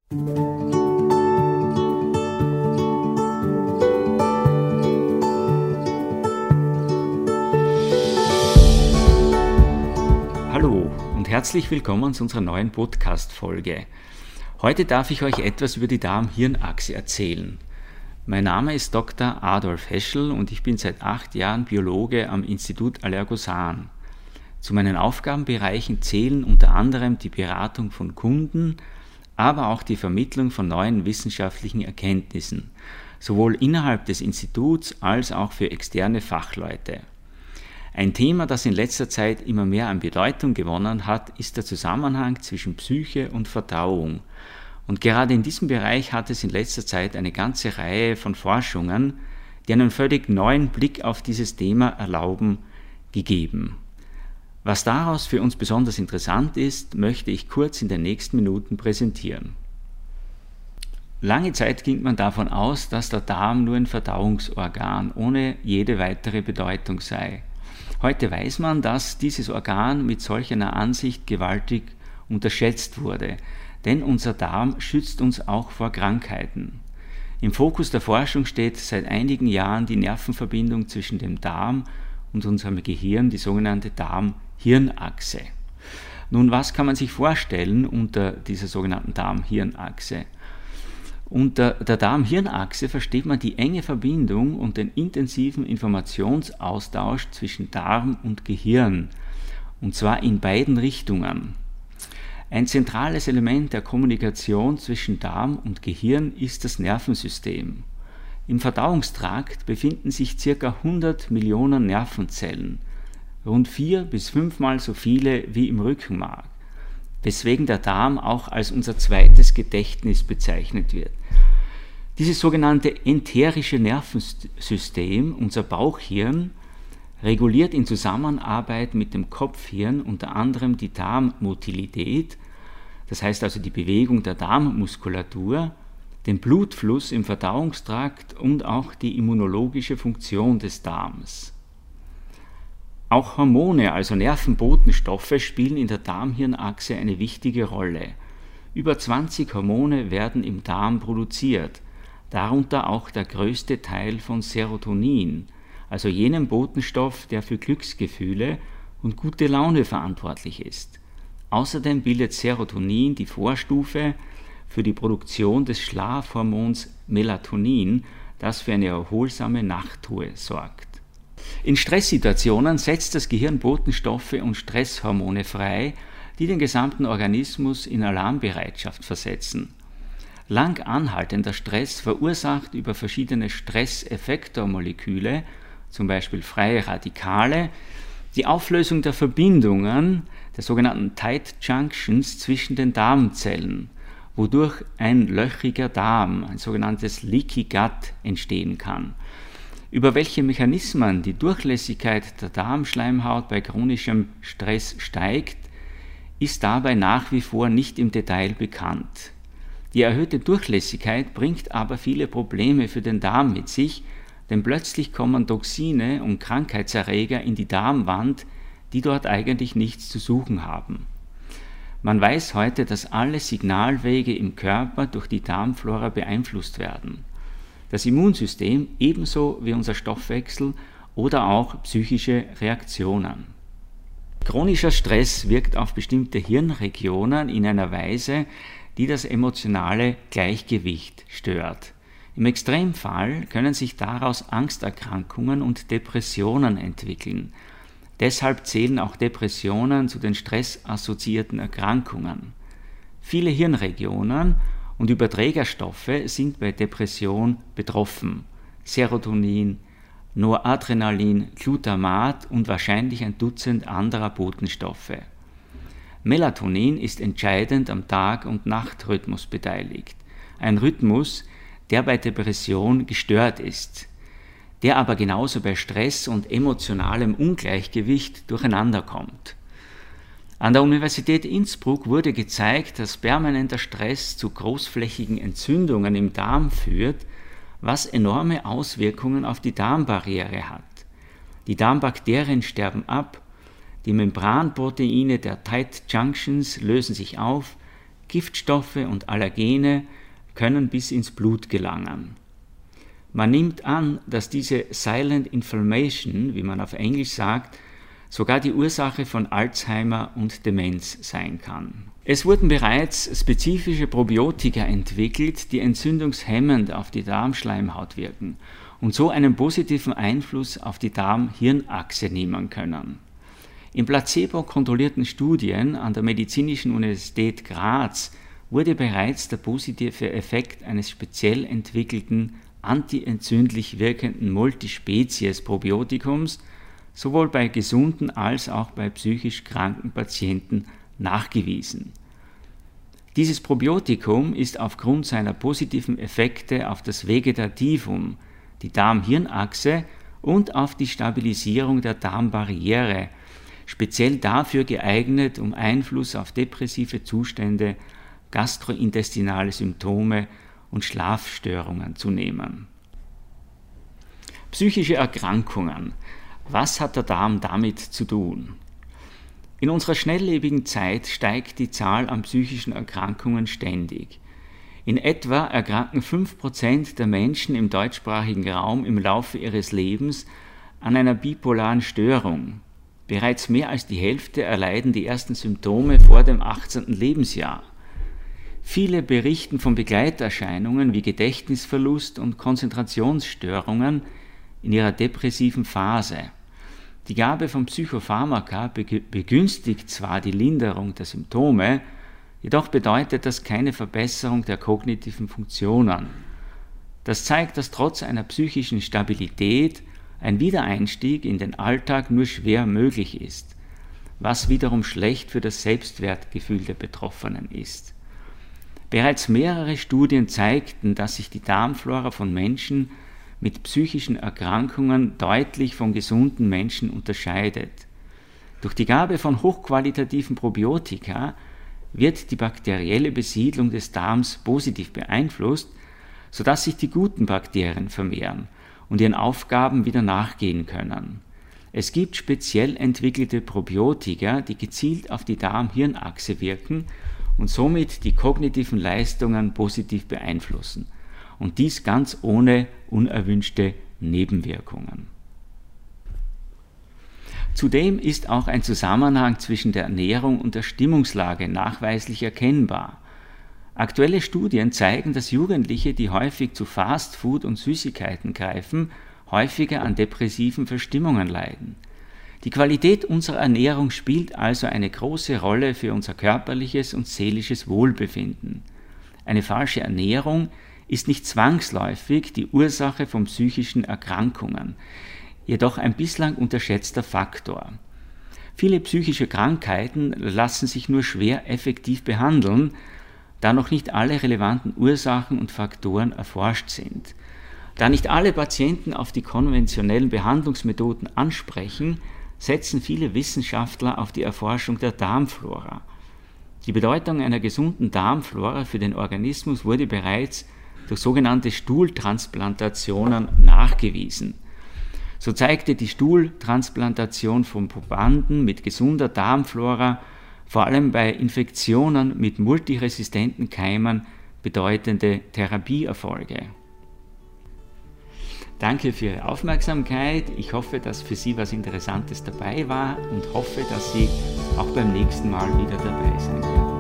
Hallo und herzlich willkommen zu unserer neuen Podcast-Folge. Heute darf ich euch etwas über die Darm-Hirn-Achse erzählen. Mein Name ist Dr. Adolf Heschel und ich bin seit 8 Jahren Biologe am Institut Allergosan. Zu meinen Aufgabenbereichen zählen unter anderem die Beratung von Kunden, aber auch die Vermittlung von neuen wissenschaftlichen Erkenntnissen, sowohl innerhalb des Instituts als auch für externe Fachleute. Ein Thema, das in letzter Zeit immer mehr an Bedeutung gewonnen hat, ist der Zusammenhang zwischen Psyche und Verdauung. Und gerade in diesem Bereich hat es in letzter Zeit eine ganze Reihe von Forschungen, die einen völlig neuen Blick auf dieses Thema erlauben, gegeben. Was daraus für uns besonders interessant ist, möchte ich kurz in den nächsten Minuten präsentieren. Lange Zeit ging man davon aus, dass der Darm nur ein Verdauungsorgan ohne jede weitere Bedeutung sei. Heute weiß man, dass dieses Organ mit solch einer Ansicht gewaltig unterschätzt wurde, denn unser Darm schützt uns auch vor Krankheiten. Im Fokus der Forschung steht seit einigen Jahren die Nervenverbindung zwischen dem Darm und unserem Gehirn, die sogenannte Darm-Hirn-Achse. Nun, was kann man sich vorstellen unter dieser sogenannten Darm-Hirn-Achse? Unter der Darm-Hirn-Achse versteht man die enge Verbindung und den intensiven Informationsaustausch zwischen Darm und Gehirn, und zwar in beiden Richtungen. Ein zentrales Element der Kommunikation zwischen Darm und Gehirn ist das Nervensystem. Im Verdauungstrakt befinden sich ca. 100 Millionen Nervenzellen, rund 4 bis 5 Mal so viele wie im Rückenmark, weswegen der Darm auch als unser zweites Gedächtnis bezeichnet wird. Dieses sogenannte enterische Nervensystem, unser Bauchhirn, reguliert in Zusammenarbeit mit dem Kopfhirn unter anderem die Darmmotilität, das heißt also die Bewegung der Darmmuskulatur, den Blutfluss im Verdauungstrakt und auch die immunologische Funktion des Darms. Auch Hormone, also Nervenbotenstoffe, spielen in der Darm-Hirn-Achse eine wichtige Rolle. Über 20 Hormone werden im Darm produziert, darunter auch der größte Teil von Serotonin, also jenem Botenstoff, der für Glücksgefühle und gute Laune verantwortlich ist. Außerdem bildet Serotonin die Vorstufe für die Produktion des Schlafhormons Melatonin, das für eine erholsame Nachtruhe sorgt. In Stresssituationen setzt das Gehirn Botenstoffe und Stresshormone frei, die den gesamten Organismus in Alarmbereitschaft versetzen. Lang anhaltender Stress verursacht über verschiedene Stresseffektormoleküle, zum Beispiel freie Radikale, die Auflösung der Verbindungen, der sogenannten Tight Junctions zwischen den Darmzellen, wodurch ein löchriger Darm, ein sogenanntes Leaky Gut, entstehen kann. Über welche Mechanismen die Durchlässigkeit der Darmschleimhaut bei chronischem Stress steigt, ist dabei nach wie vor nicht im Detail bekannt. Die erhöhte Durchlässigkeit bringt aber viele Probleme für den Darm mit sich, denn plötzlich kommen Toxine und Krankheitserreger in die Darmwand, die dort eigentlich nichts zu suchen haben. Man weiß heute, dass alle Signalwege im Körper durch die Darmflora beeinflusst werden. Das Immunsystem ebenso wie unser Stoffwechsel oder auch psychische Reaktionen. Chronischer Stress wirkt auf bestimmte Hirnregionen in einer Weise, die das emotionale Gleichgewicht stört. Im Extremfall können sich daraus Angsterkrankungen und Depressionen entwickeln. Deshalb zählen auch Depressionen zu den stressassoziierten Erkrankungen. Viele Hirnregionen und Überträgerstoffe sind bei Depression betroffen. Serotonin, Noradrenalin, Glutamat und wahrscheinlich ein Dutzend anderer Botenstoffe. Melatonin ist entscheidend am Tag- und Nachtrhythmus beteiligt. Ein Rhythmus, der bei Depression gestört ist, der aber genauso bei Stress und emotionalem Ungleichgewicht durcheinander kommt. An der Universität Innsbruck wurde gezeigt, dass permanenter Stress zu großflächigen Entzündungen im Darm führt, was enorme Auswirkungen auf die Darmbarriere hat. Die Darmbakterien sterben ab, die Membranproteine der Tight Junctions lösen sich auf, Giftstoffe und Allergene können bis ins Blut gelangen. Man nimmt an, dass diese Silent Inflammation, wie man auf Englisch sagt, sogar die Ursache von Alzheimer und Demenz sein kann. Es wurden bereits spezifische Probiotika entwickelt, die entzündungshemmend auf die Darmschleimhaut wirken und so einen positiven Einfluss auf die Darm-Hirn-Achse nehmen können. In placebo-kontrollierten Studien an der Medizinischen Universität Graz wurde bereits der positive Effekt eines speziell entwickelten antientzündlich wirkenden Multispezies-Probiotikums sowohl bei gesunden als auch bei psychisch kranken Patienten nachgewiesen. Dieses Probiotikum ist aufgrund seiner positiven Effekte auf das Vegetativum, die Darm-Hirn-Achse und auf die Stabilisierung der Darmbarriere speziell dafür geeignet, um Einfluss auf depressive Zustände, gastrointestinale Symptome und Schlafstörungen zu nehmen. Psychische Erkrankungen. Was hat der Darm damit zu tun? In unserer schnelllebigen Zeit steigt die Zahl an psychischen Erkrankungen ständig. In etwa erkranken 5% der Menschen im deutschsprachigen Raum im Laufe ihres Lebens an einer bipolaren Störung. Bereits mehr als die Hälfte erleiden die ersten Symptome vor dem 18. Lebensjahr. Viele berichten von Begleiterscheinungen wie Gedächtnisverlust und Konzentrationsstörungen in ihrer depressiven Phase. Die Gabe von Psychopharmaka begünstigt zwar die Linderung der Symptome, jedoch bedeutet das keine Verbesserung der kognitiven Funktionen. Das zeigt, dass trotz einer psychischen Stabilität ein Wiedereinstieg in den Alltag nur schwer möglich ist, was wiederum schlecht für das Selbstwertgefühl der Betroffenen ist. Bereits mehrere Studien zeigten, dass sich die Darmflora von Menschen mit psychischen Erkrankungen deutlich von gesunden Menschen unterscheidet. Durch die Gabe von hochqualitativen Probiotika wird die bakterielle Besiedlung des Darms positiv beeinflusst, sodass sich die guten Bakterien vermehren und ihren Aufgaben wieder nachgehen können. Es gibt speziell entwickelte Probiotika, die gezielt auf die Darm-Hirn-Achse wirken und somit die kognitiven Leistungen positiv beeinflussen. Und dies ganz ohne unerwünschte Nebenwirkungen. Zudem ist auch ein Zusammenhang zwischen der Ernährung und der Stimmungslage nachweislich erkennbar. Aktuelle Studien zeigen, dass Jugendliche, die häufig zu Fastfood und Süßigkeiten greifen, häufiger an depressiven Verstimmungen leiden. Die Qualität unserer Ernährung spielt also eine große Rolle für unser körperliches und seelisches Wohlbefinden. Eine falsche Ernährung ist nicht zwangsläufig die Ursache von psychischen Erkrankungen, jedoch ein bislang unterschätzter Faktor. Viele psychische Krankheiten lassen sich nur schwer effektiv behandeln, da noch nicht alle relevanten Ursachen und Faktoren erforscht sind. Da nicht alle Patienten auf die konventionellen Behandlungsmethoden ansprechen, setzen viele Wissenschaftler auf die Erforschung der Darmflora. Die Bedeutung einer gesunden Darmflora für den Organismus wurde bereits durch sogenannte Stuhltransplantationen nachgewiesen. So zeigte die Stuhltransplantation von Probanden mit gesunder Darmflora vor allem bei Infektionen mit multiresistenten Keimen bedeutende Therapieerfolge. Danke für Ihre Aufmerksamkeit. Ich hoffe, dass für Sie was Interessantes dabei war und hoffe, dass Sie auch beim nächsten Mal wieder dabei sein werden.